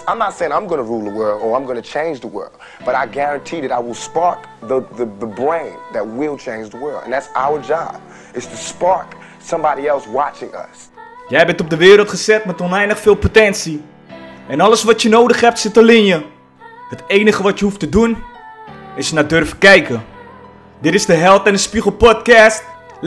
I'm not saying I'm going to rule the world or I'm going to change the world, but I guarantee that I will spark the brain that will change the world. And that's our job, is to spark somebody else watching us. Jij bent op de wereld gezet met oneindig veel potentie. En alles wat je nodig hebt zit al in je. Het enige wat je hoeft te doen, is naar durven kijken. Dit is de Held en de Spiegel podcast.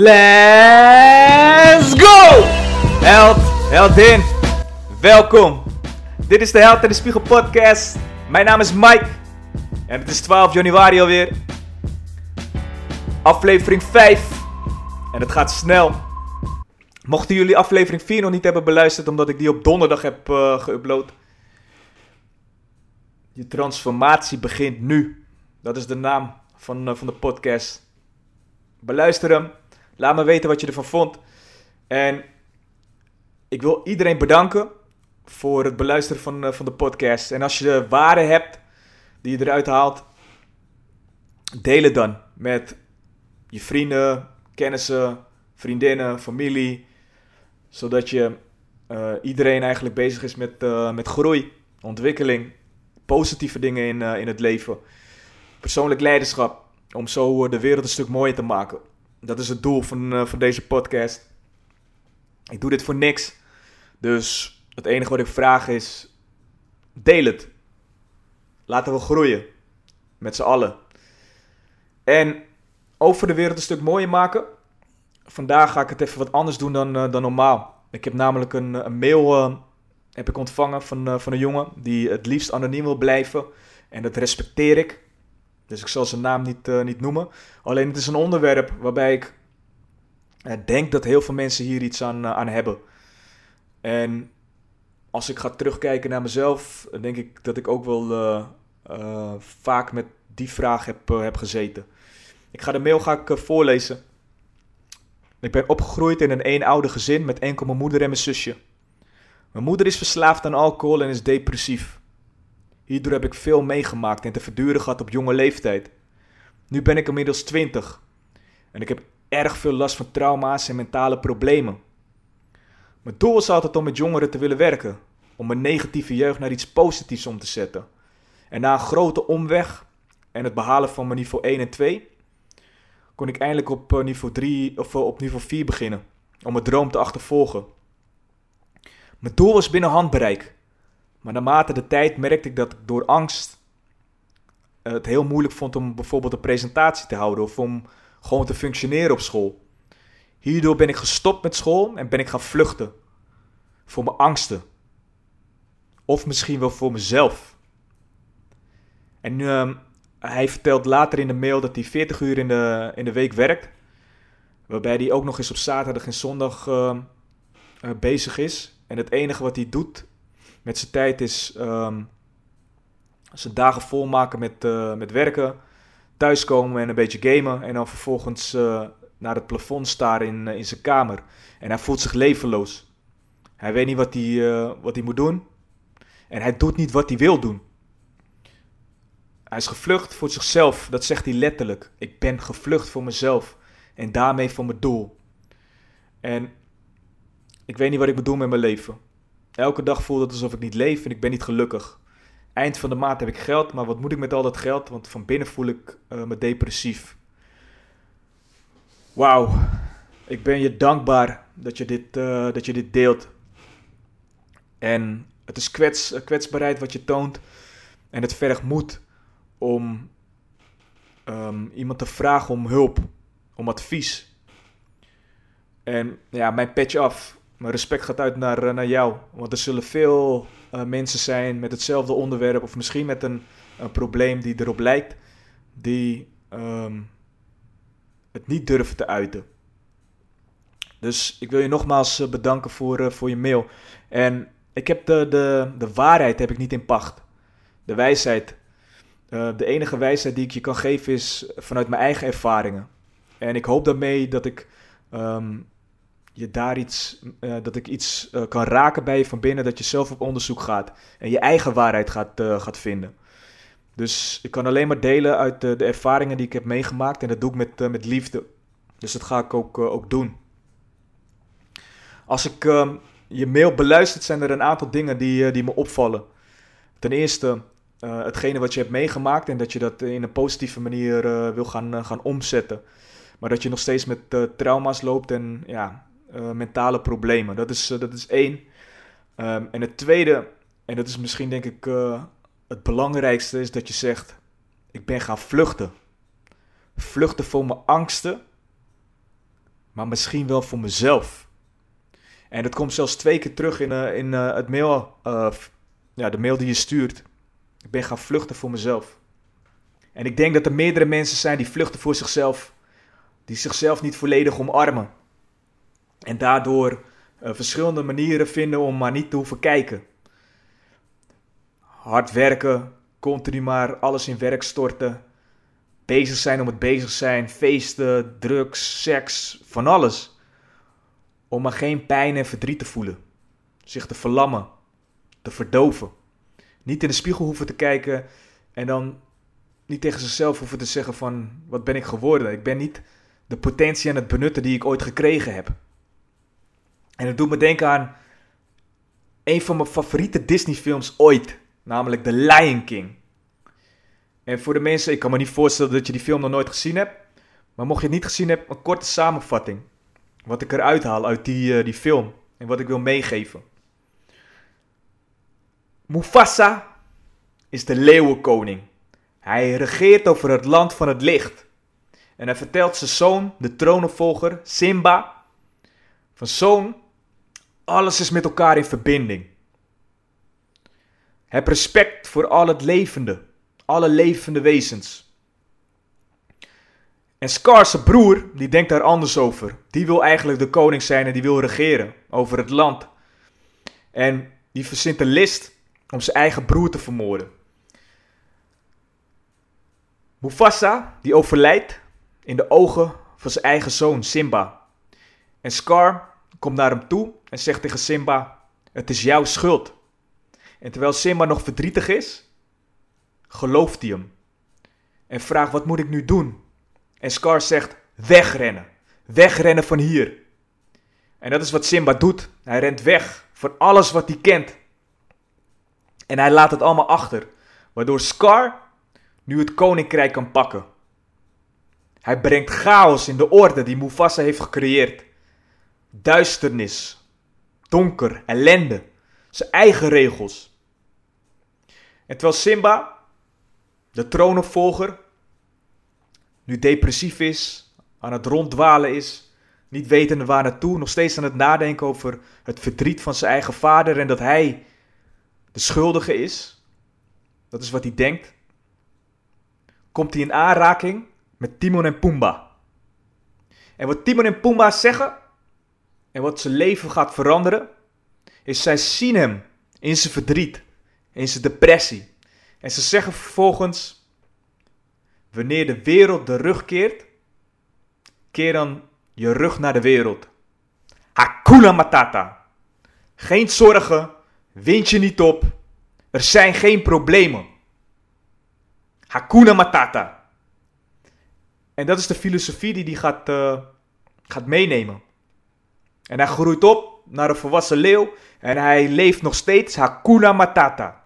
Let's go! Held, heldin, welkom. Dit is de Held en de Spiegel podcast. Mijn naam is Mike. En het is 12 januari alweer. Aflevering 5. En het gaat snel. Mochten jullie aflevering 4 nog niet hebben beluisterd, omdat ik die op donderdag heb geüpload. Je transformatie begint nu. Dat is de naam van de podcast. Beluister hem. Laat me weten wat je ervan vond. En ik wil iedereen bedanken voor het beluisteren van de podcast. En als je waarde hebt die je eruit haalt, deel het dan met je vrienden, kennissen, vriendinnen, familie. Zodat je iedereen eigenlijk bezig is met groei, ontwikkeling, positieve dingen in het leven. Persoonlijk leiderschap, om zo de wereld een stuk mooier te maken. Dat is het doel van deze podcast. Ik doe dit voor niks. Dus het enige wat ik vraag is, deel het. Laten we groeien. Met z'n allen. En over de wereld een stuk mooier maken. Vandaag ga ik het even wat anders doen dan normaal. Ik heb namelijk een mail heb ik ontvangen van een jongen die het liefst anoniem wil blijven. En dat respecteer ik. Dus ik zal zijn naam niet noemen. Alleen het is een onderwerp waarbij ik denk dat heel veel mensen hier iets aan hebben. En als ik ga terugkijken naar mezelf, denk ik dat ik ook wel vaak met die vraag heb gezeten. Ik ga de mail voorlezen. Ik ben opgegroeid in een eenouder gezin met enkel mijn moeder en mijn zusje. Mijn moeder is verslaafd aan alcohol en is depressief. Hierdoor heb ik veel meegemaakt en te verduren gehad op jonge leeftijd. Nu ben ik inmiddels 20. En ik heb erg veel last van trauma's en mentale problemen. Mijn doel is altijd om met jongeren te willen werken. Om mijn negatieve jeugd naar iets positiefs om te zetten. En na een grote omweg en het behalen van mijn niveau 1 en 2... kon ik eindelijk op niveau 3 of op niveau 4 beginnen. Om mijn droom te achtervolgen. Mijn doel was binnen handbereik. Maar naarmate de tijd merkte ik dat ik door angst het heel moeilijk vond om bijvoorbeeld een presentatie te houden. Of om gewoon te functioneren op school. Hierdoor ben ik gestopt met school en ben ik gaan vluchten. Voor mijn angsten. Of misschien wel voor mezelf. En hij vertelt later in de mail dat hij 40 uur in de week werkt. Waarbij hij ook nog eens op zaterdag en zondag bezig is. En het enige wat hij doet met zijn tijd is zijn dagen volmaken met werken. Thuiskomen en een beetje gamen. En dan vervolgens naar het plafond staren in zijn kamer. En hij voelt zich levenloos. Hij weet niet wat hij moet doen. En hij doet niet wat hij wil doen. Hij is gevlucht voor zichzelf. Dat zegt hij letterlijk. Ik ben gevlucht voor mezelf. En daarmee voor mijn doel. En ik weet niet wat ik moet doen met mijn leven. Elke dag voelt het alsof ik niet leef en ik ben niet gelukkig. Eind van de maand heb ik geld, maar wat moet ik met al dat geld? Want van binnen voel ik me depressief. Wauw. Ik ben je dankbaar dat je dit deelt. En het is kwetsbaarheid wat je toont. En het vergt moed om iemand te vragen om hulp, om advies. En ja, mijn petje af. Mijn respect gaat uit naar jou. Want er zullen veel mensen zijn met hetzelfde onderwerp of misschien met een probleem die erop lijkt, die het niet durven te uiten. Dus ik wil je nogmaals bedanken voor je mail. En ik heb de waarheid heb ik niet in pacht. De wijsheid. De enige wijsheid die ik je kan geven is vanuit mijn eigen ervaringen. En ik hoop daarmee dat ik iets kan raken bij je van binnen, dat je zelf op onderzoek gaat en je eigen waarheid gaat vinden. Dus ik kan alleen maar delen uit de ervaringen die ik heb meegemaakt en dat doe ik met liefde. Dus dat ga ik ook doen. Als ik je mail beluister, zijn er een aantal dingen die me opvallen. ten eerste hetgene wat je hebt meegemaakt en dat je dat in een positieve manier wil gaan omzetten. Maar dat je nog steeds met trauma's loopt en mentale problemen. Dat is één. En het tweede, en dat is misschien denk ik het belangrijkste, is dat je zegt, ik ben gaan vluchten. Vluchten voor mijn angsten, maar misschien wel voor mezelf. En dat komt zelfs 2 keer terug in het mail, de mail die je stuurt. Ik ben gaan vluchten voor mezelf. En ik denk dat er meerdere mensen zijn die vluchten voor zichzelf. Die zichzelf niet volledig omarmen. En daardoor verschillende manieren vinden om maar niet te hoeven kijken. Hard werken, continu maar alles in werk storten. Bezig zijn om het bezig zijn, feesten, drugs, seks, van alles. Om maar geen pijn en verdriet te voelen. Zich te verlammen, te verdoven. Niet in de spiegel hoeven te kijken en dan niet tegen zichzelf hoeven te zeggen van, wat ben ik geworden? Ik ben niet de potentie aan het benutten die ik ooit gekregen heb. En het doet me denken aan een van mijn favoriete Disney films ooit. Namelijk The Lion King. En voor de mensen, ik kan me niet voorstellen dat je die film nog nooit gezien hebt. Maar mocht je het niet gezien hebben, een korte samenvatting. Wat ik eruit haal uit die film. En wat ik wil meegeven. Mufasa is de leeuwenkoning. Hij regeert over het land van het licht. En hij vertelt zijn zoon, de troonopvolger, Simba, van zoon, alles is met elkaar in verbinding. Heb respect voor al het levende, alle levende wezens. En Scar, zijn broer, die denkt daar anders over. Die wil eigenlijk de koning zijn en die wil regeren over het land. En die verzint een list om zijn eigen broer te vermoorden. Mufasa, die overlijdt in de ogen van zijn eigen zoon Simba. En Scar komt naar hem toe en zegt tegen Simba, het is jouw schuld. En terwijl Simba nog verdrietig is, gelooft hij hem. En vraagt, wat moet ik nu doen? En Scar zegt, wegrennen. Wegrennen van hier. En dat is wat Simba doet. Hij rent weg van alles wat hij kent. En hij laat het allemaal achter. Waardoor Scar nu het koninkrijk kan pakken. Hij brengt chaos in de orde die Mufasa heeft gecreëerd. Duisternis, donker, ellende. Zijn eigen regels. En terwijl Simba, de troonopvolger, nu depressief is, aan het ronddwalen is, niet wetende waar naartoe, nog steeds aan het nadenken over het verdriet van zijn eigen vader en dat hij de schuldige is. Dat is wat hij denkt. Komt hij in aanraking met Timon en Pumbaa. En wat Timon en Pumbaa zeggen en wat zijn leven gaat veranderen, is zij zien hem in zijn verdriet, in zijn depressie. En ze zeggen vervolgens, wanneer de wereld de rug keert, keer dan je rug naar de wereld. Hakuna Matata. Geen zorgen, wind je niet op, er zijn geen problemen. Hakuna Matata. En dat is de filosofie die hij gaat meenemen. En hij groeit op naar een volwassen leeuw en hij leeft nog steeds Hakuna Matata.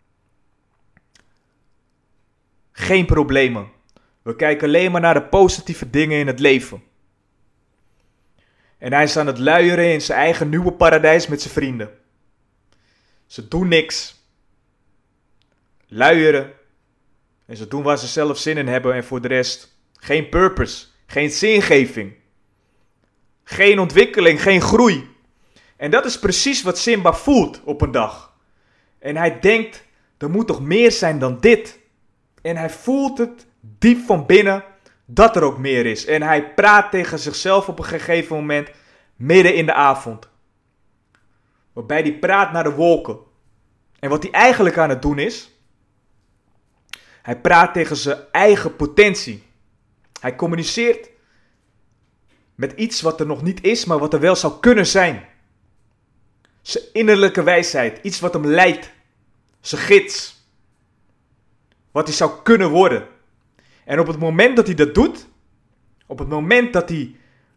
Geen problemen. We kijken alleen maar naar de positieve dingen in het leven. En hij is aan het luieren in zijn eigen nieuwe paradijs met zijn vrienden. Ze doen niks. Luieren. En ze doen waar ze zelf zin in hebben en voor de rest geen purpose, geen zingeving. Geen ontwikkeling, geen groei. En dat is precies wat Simba voelt op een dag. En hij denkt, er moet toch meer zijn dan dit. En hij voelt het diep van binnen dat er ook meer is. En hij praat tegen zichzelf op een gegeven moment midden in de avond. Waarbij hij praat naar de wolken. En wat hij eigenlijk aan het doen is, hij praat tegen zijn eigen potentie. Hij communiceert met iets wat er nog niet is, maar wat er wel zou kunnen zijn. Zijn innerlijke wijsheid, iets wat hem leidt. Zijn gids. Wat hij zou kunnen worden. En op het moment dat hij dat doet, op het moment dat hij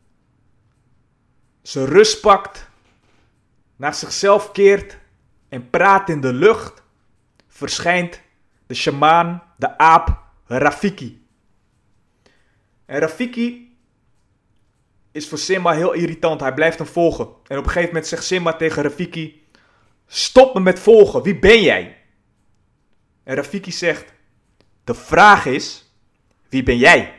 zijn rust pakt, naar zichzelf keert en praat in de lucht, verschijnt de sjamaan, de aap Rafiki. En Rafiki is voor Simba heel irritant. Hij blijft hem volgen. En op een gegeven moment zegt Simba tegen Rafiki: stop me met volgen, wie ben jij? En Rafiki zegt: de vraag is, wie ben jij?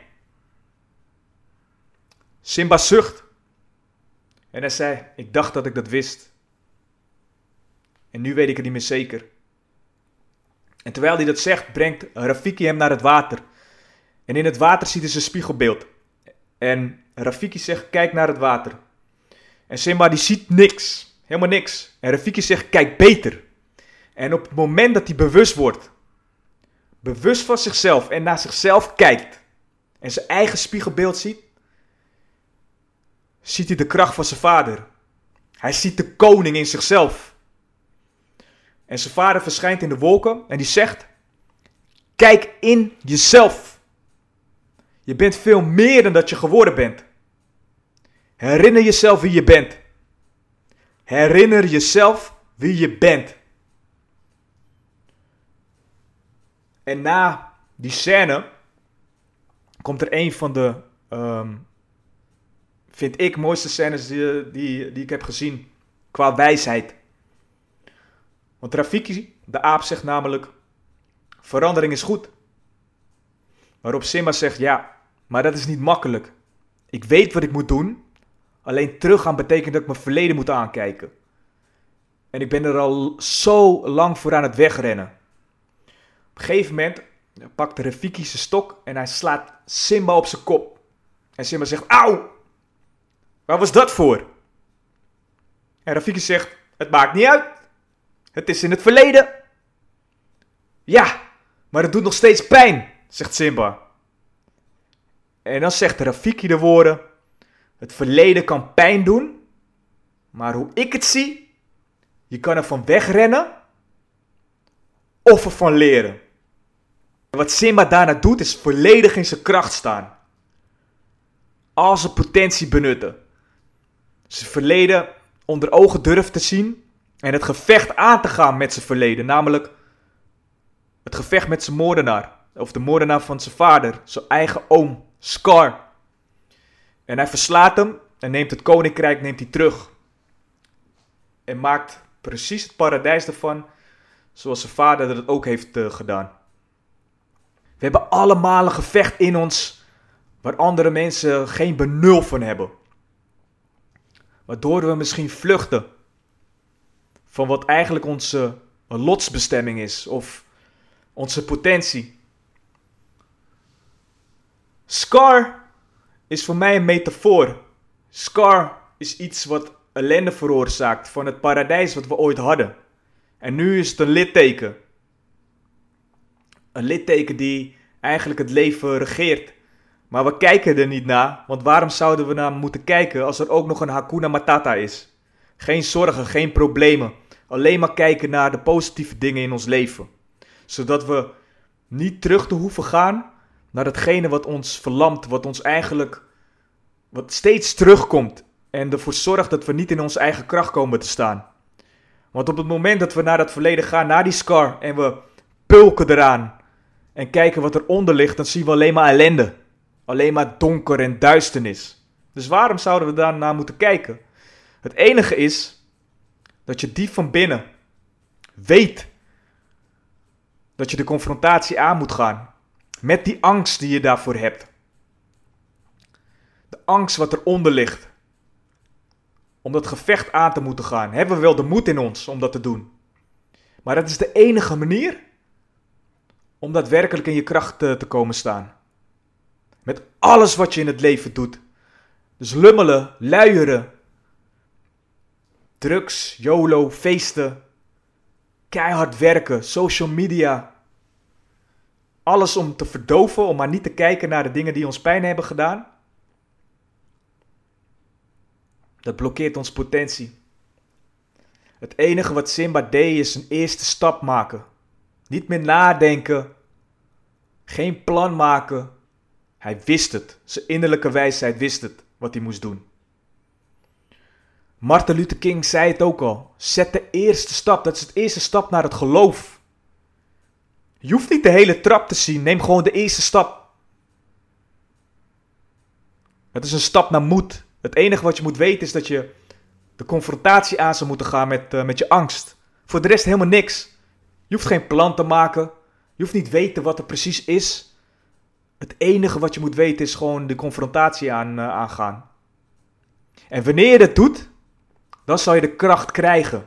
Simba zucht. En hij zei: ik dacht dat ik dat wist. En nu weet ik het niet meer zeker. En terwijl hij dat zegt, brengt Rafiki hem naar het water. En in het water ziet hij zijn spiegelbeeld. En Rafiki zegt: kijk naar het water. En Simba die ziet niks. Helemaal niks. En Rafiki zegt: kijk beter. En op het moment dat hij bewust wordt. Bewust van zichzelf en naar zichzelf kijkt. En zijn eigen spiegelbeeld ziet. Ziet hij de kracht van zijn vader. Hij ziet de koning in zichzelf. En zijn vader verschijnt in de wolken en die zegt: kijk in jezelf. Je bent veel meer dan dat je geworden bent. Herinner jezelf wie je bent. Herinner jezelf wie je bent. En na die scène komt er een van de, vind ik, mooiste scènes die ik heb gezien qua wijsheid. Want Rafiki, de aap, zegt namelijk: verandering is goed. Waarop Simba zegt: ja, maar dat is niet makkelijk. Ik weet wat ik moet doen. Alleen teruggaan betekent dat ik mijn verleden moet aankijken. En ik ben er al zo lang voor aan het wegrennen. Op een gegeven moment pakt Rafiki zijn stok en hij slaat Simba op zijn kop. En Simba zegt: auw! Waar was dat voor? En Rafiki zegt: het maakt niet uit. Het is in het verleden. Ja, maar het doet nog steeds pijn, zegt Simba. En dan zegt Rafiki de woorden: het verleden kan pijn doen, maar hoe ik het zie, je kan er van wegrennen of ervan leren. En wat Simba daarna doet is volledig in zijn kracht staan. Al zijn potentie benutten. Zijn verleden onder ogen durven te zien en het gevecht aan te gaan met zijn verleden. Namelijk het gevecht met zijn moordenaar. Of de moordenaar van zijn vader, zijn eigen oom, Scar. En hij verslaat hem en neemt het koninkrijk terug. En maakt precies het paradijs ervan, zoals zijn vader dat ook heeft gedaan. We hebben allemaal een gevecht in ons waar andere mensen geen benul van hebben. Waardoor we misschien vluchten van wat eigenlijk onze lotsbestemming is of onze potentie. Scar is voor mij een metafoor. Scar is iets wat ellende veroorzaakt van het paradijs wat we ooit hadden. En nu is het een litteken. Een litteken die eigenlijk het leven regeert. Maar we kijken er niet naar, want waarom zouden we naar moeten kijken als er ook nog een Hakuna Matata is? Geen zorgen, geen problemen. Alleen maar kijken naar de positieve dingen in ons leven. Zodat we niet terug te hoeven gaan naar datgene wat ons verlamt, wat steeds terugkomt. En ervoor zorgt dat we niet in onze eigen kracht komen te staan. Want op het moment dat we naar dat verleden gaan, naar die Scar, en we pulken eraan en kijken wat eronder ligt, dan zien we alleen maar ellende. Alleen maar donker en duisternis. Dus waarom zouden we daar naar moeten kijken? Het enige is dat je diep van binnen weet dat je de confrontatie aan moet gaan. Met die angst die je daarvoor hebt. De angst wat eronder ligt. Om dat gevecht aan te moeten gaan. Hebben we wel de moed in ons om dat te doen. Maar dat is de enige manier om daadwerkelijk in je kracht te komen staan. Met alles wat je in het leven doet. Dus lummelen, luieren, drugs, YOLO, feesten, keihard werken, social media. Alles om te verdoven, om maar niet te kijken naar de dingen die ons pijn hebben gedaan. Dat blokkeert onze potentie. Het enige wat Simba deed is een eerste stap maken. Niet meer nadenken. Geen plan maken. Hij wist het. Zijn innerlijke wijsheid wist het wat hij moest doen. Martin Luther King zei het ook al. Zet de eerste stap. Dat is het eerste stap naar het geloof. Je hoeft niet de hele trap te zien. Neem gewoon de eerste stap. Het is een stap naar moed. Het enige wat je moet weten is dat je de confrontatie aan zou moeten gaan met je angst. Voor de rest helemaal niks. Je hoeft geen plan te maken. Je hoeft niet weten wat er precies is. Het enige wat je moet weten is gewoon de confrontatie aangaan. En wanneer je dat doet, dan zal je de kracht krijgen.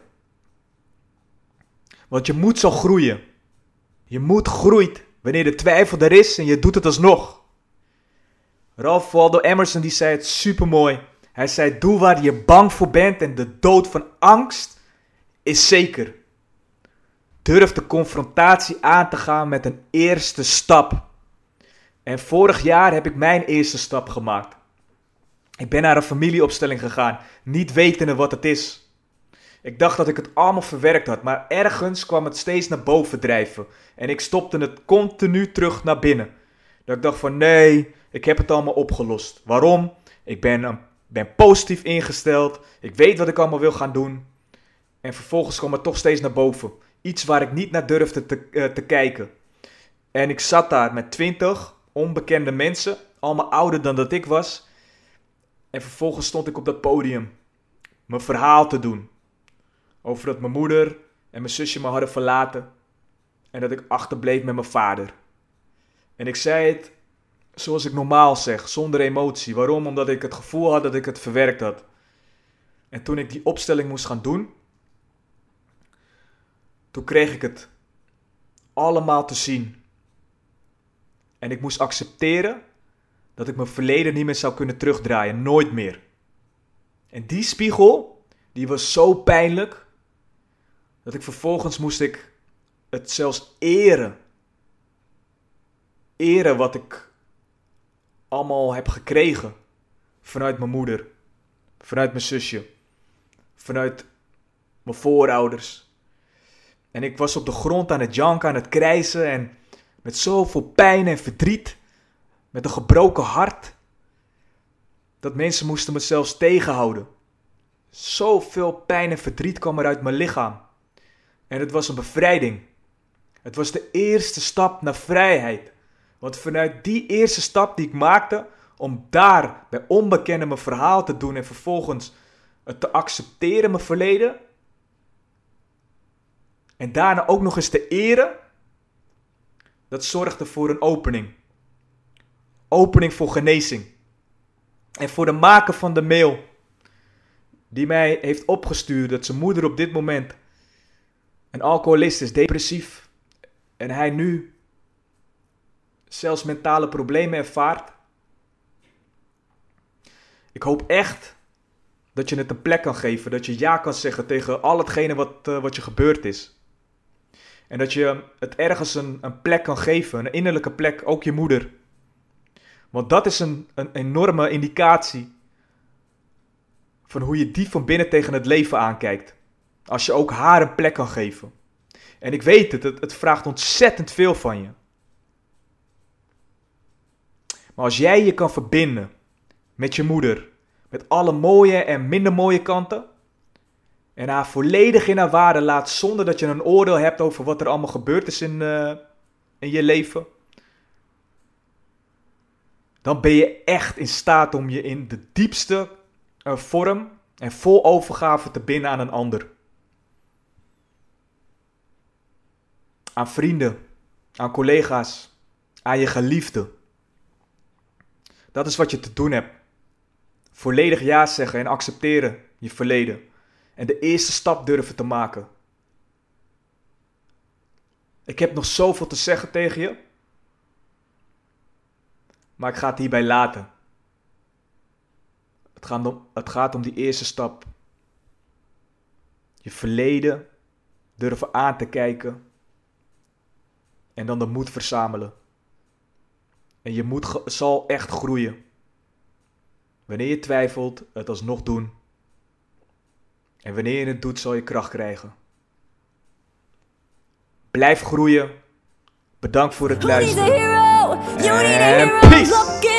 Want je moed zal groeien. Je moed groeit wanneer de twijfel er is en je doet het alsnog. Ralph Waldo Emerson die zei het supermooi. Hij zei, doe waar je bang voor bent en de dood van angst is zeker. Durf de confrontatie aan te gaan met een eerste stap. En vorig jaar heb ik mijn eerste stap gemaakt. Ik ben naar een familieopstelling gegaan, niet wetende wat het is. Ik dacht dat ik het allemaal verwerkt had, maar ergens kwam het steeds naar boven drijven. En ik stopte het continu terug naar binnen. Dat ik dacht van nee, ik heb het allemaal opgelost. Waarom? Ik ben positief ingesteld. Ik weet wat ik allemaal wil gaan doen. En vervolgens kwam het toch steeds naar boven. Iets waar ik niet naar durfde te kijken. En ik zat daar met 20 onbekende mensen. Allemaal ouder dan dat ik was. En vervolgens stond ik op dat podium. Mijn verhaal te doen. Over dat mijn moeder en mijn zusje me hadden verlaten. En dat ik achterbleef met mijn vader. En ik zei het zoals ik normaal zeg, zonder emotie. Waarom? Omdat ik het gevoel had dat ik het verwerkt had. En toen ik die opstelling moest gaan doen, toen kreeg ik het allemaal te zien. En ik moest accepteren dat ik mijn verleden niet meer zou kunnen terugdraaien. Nooit meer. En die spiegel, die was zo pijnlijk, dat ik vervolgens moest ik het zelfs eren. Eren wat ik allemaal heb gekregen. Vanuit mijn moeder. Vanuit mijn zusje. Vanuit mijn voorouders. En ik was op de grond aan het janken, aan het krijsen. En met zoveel pijn en verdriet. Met een gebroken hart. Dat mensen moesten me zelfs tegenhouden. Zoveel pijn en verdriet kwam er uit mijn lichaam. En het was een bevrijding. Het was de eerste stap naar vrijheid. Want vanuit die eerste stap die ik maakte, om daar bij onbekenden mijn verhaal te doen en vervolgens het te accepteren, mijn verleden. En daarna ook nog eens te eren. Dat zorgde voor een opening. Opening voor genezing. En voor de maker van de mail, die mij heeft opgestuurd dat zijn moeder op dit moment een alcoholist is, depressief. En hij nu zelfs mentale problemen ervaart. Ik hoop echt dat je het een plek kan geven. Dat je ja kan zeggen tegen al hetgene wat je gebeurd is. En dat je het ergens een plek kan geven. Een innerlijke plek, ook je moeder. Want dat is een enorme indicatie van hoe je diep van binnen tegen het leven aankijkt. Als je ook haar een plek kan geven. En ik weet het vraagt ontzettend veel van je. Maar als jij je kan verbinden met je moeder, met alle mooie en minder mooie kanten, en haar volledig in haar waarde laat zonder dat je een oordeel hebt over wat er allemaal gebeurd is in je leven, dan ben je echt in staat om je in de diepste vorm en vol overgave te binden aan een ander. Aan vrienden, aan collega's, aan je geliefde. Dat is wat je te doen hebt. Volledig ja zeggen en accepteren je verleden. En de eerste stap durven te maken. Ik heb nog zoveel te zeggen tegen je. Maar ik ga het hierbij laten. Het gaat om die eerste stap. Je verleden durven aan te kijken. En dan de moed verzamelen. En je moed zal echt groeien. Wanneer je twijfelt, het alsnog doen. En wanneer je het doet, zal je kracht krijgen. Blijf groeien. Bedankt voor het luisteren. En peace!